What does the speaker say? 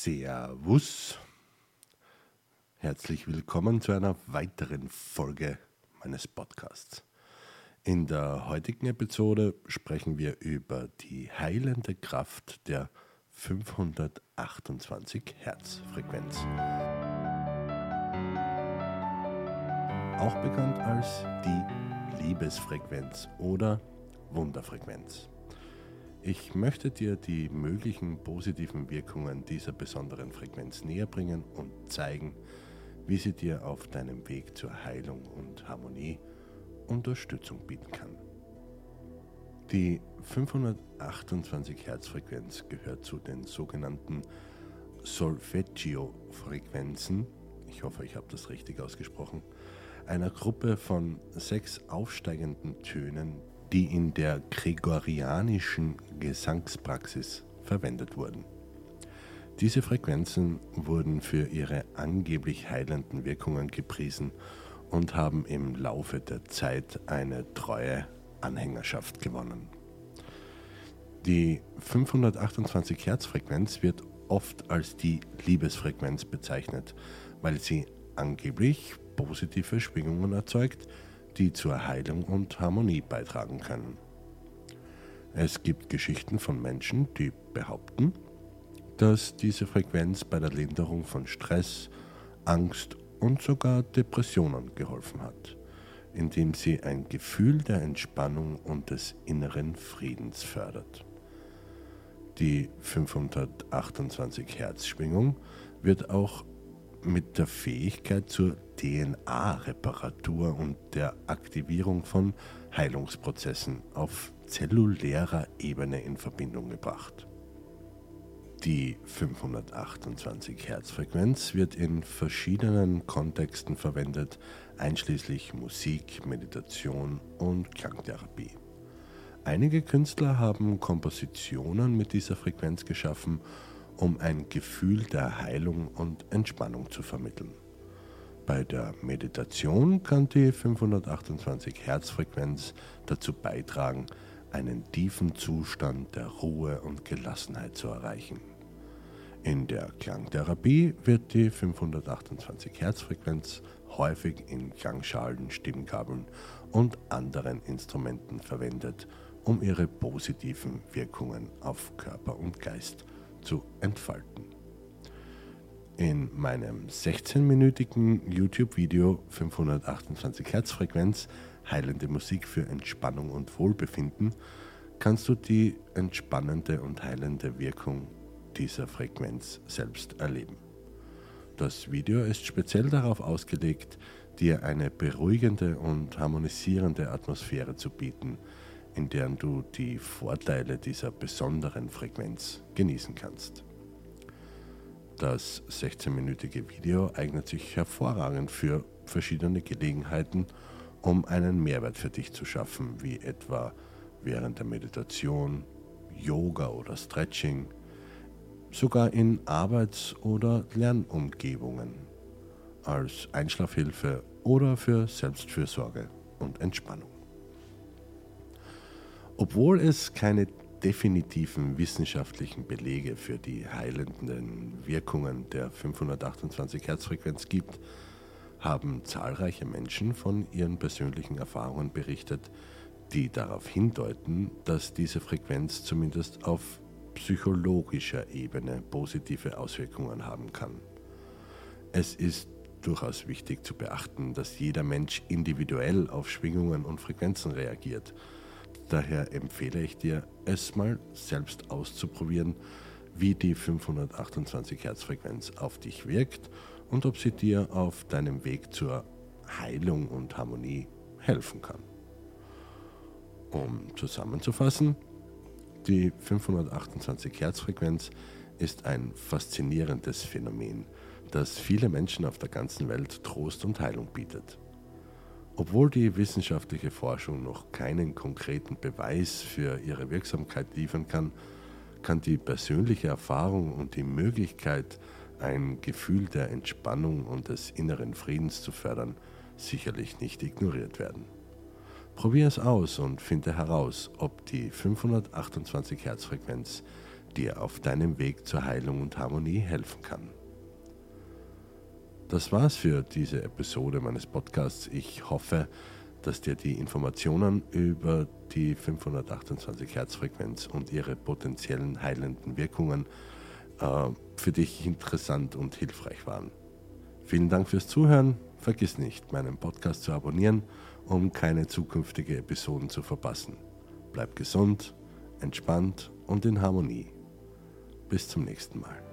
Servus, herzlich willkommen zu einer weiteren Folge meines Podcasts. In der heutigen Episode sprechen wir über die heilende Kraft der 528 Hertz Frequenz. Auch bekannt als die Liebesfrequenz oder Wunderfrequenz. Ich möchte dir die möglichen positiven Wirkungen dieser besonderen Frequenz näher bringen und zeigen, wie sie dir auf deinem Weg zur Heilung und Harmonie Unterstützung bieten kann. Die 528 Hertz Frequenz gehört zu den sogenannten Solfeggio-Frequenzen, ich hoffe, ich habe das richtig ausgesprochen, einer Gruppe von 6 aufsteigenden Tönen, die in der gregorianischen Gesangspraxis verwendet wurden. Diese Frequenzen wurden für ihre angeblich heilenden Wirkungen gepriesen und haben im Laufe der Zeit eine treue Anhängerschaft gewonnen. Die 528 Hertz Frequenz wird oft als die Liebesfrequenz bezeichnet, weil sie angeblich positive Schwingungen erzeugt, die zur Heilung und Harmonie beitragen können. Es gibt Geschichten von Menschen, die behaupten, dass diese Frequenz bei der Linderung von Stress, Angst und sogar Depressionen geholfen hat, indem sie ein Gefühl der Entspannung und des inneren Friedens fördert. Die 528 Hertz Schwingung wird auch mit der Fähigkeit zur DNA-Reparatur und der Aktivierung von Heilungsprozessen auf zellulärer Ebene in Verbindung gebracht. Die 528 Hertz Frequenz wird in verschiedenen Kontexten verwendet, einschließlich Musik, Meditation und Klangtherapie. Einige Künstler haben Kompositionen mit dieser Frequenz geschaffen, um ein Gefühl der Heilung und Entspannung zu vermitteln. Bei der Meditation kann die 528 Hertz Frequenz dazu beitragen, einen tiefen Zustand der Ruhe und Gelassenheit zu erreichen. In der Klangtherapie wird die 528 Hertz Frequenz häufig in Klangschalen, Stimmgabeln und anderen Instrumenten verwendet, um ihre positiven Wirkungen auf Körper und Geist zu entfalten. In meinem 16-minütigen YouTube-Video 528 Hertz Frequenz heilende Musik für Entspannung und Wohlbefinden kannst du die entspannende und heilende Wirkung dieser Frequenz selbst erleben. Das Video ist speziell darauf ausgelegt, dir eine beruhigende und harmonisierende Atmosphäre zu bieten, in der du die Vorteile dieser besonderen Frequenz genießen kannst. Das 16-minütige Video eignet sich hervorragend für verschiedene Gelegenheiten, um einen Mehrwert für dich zu schaffen, wie etwa während der Meditation, Yoga oder Stretching, sogar in Arbeits- oder Lernumgebungen, als Einschlafhilfe oder für Selbstfürsorge und Entspannung. Obwohl es keine definitiven wissenschaftlichen Belege für die heilenden Wirkungen der 528 Hertz Frequenz gibt, haben zahlreiche Menschen von ihren persönlichen Erfahrungen berichtet, die darauf hindeuten, dass diese Frequenz zumindest auf psychologischer Ebene positive Auswirkungen haben kann. Es ist durchaus wichtig zu beachten, dass jeder Mensch individuell auf Schwingungen und Frequenzen reagiert. Daher empfehle ich dir, es mal selbst auszuprobieren, wie die 528 Hertz Frequenz auf dich wirkt und ob sie dir auf deinem Weg zur Heilung und Harmonie helfen kann. Um zusammenzufassen, die 528 Hertz Frequenz ist ein faszinierendes Phänomen, das viele Menschen auf der ganzen Welt Trost und Heilung bietet. Obwohl die wissenschaftliche Forschung noch keinen konkreten Beweis für ihre Wirksamkeit liefern kann, kann die persönliche Erfahrung und die Möglichkeit, ein Gefühl der Entspannung und des inneren Friedens zu fördern, sicherlich nicht ignoriert werden. Probier es aus und finde heraus, ob die 528 Hertz Frequenz dir auf deinem Weg zur Heilung und Harmonie helfen kann. Das war's für diese Episode meines Podcasts. Ich hoffe, dass dir die Informationen über die 528 Hertz Frequenz und ihre potenziellen heilenden Wirkungen für dich interessant und hilfreich waren. Vielen Dank fürs Zuhören. Vergiss nicht, meinen Podcast zu abonnieren, um keine zukünftige Episoden zu verpassen. Bleib gesund, entspannt und in Harmonie. Bis zum nächsten Mal.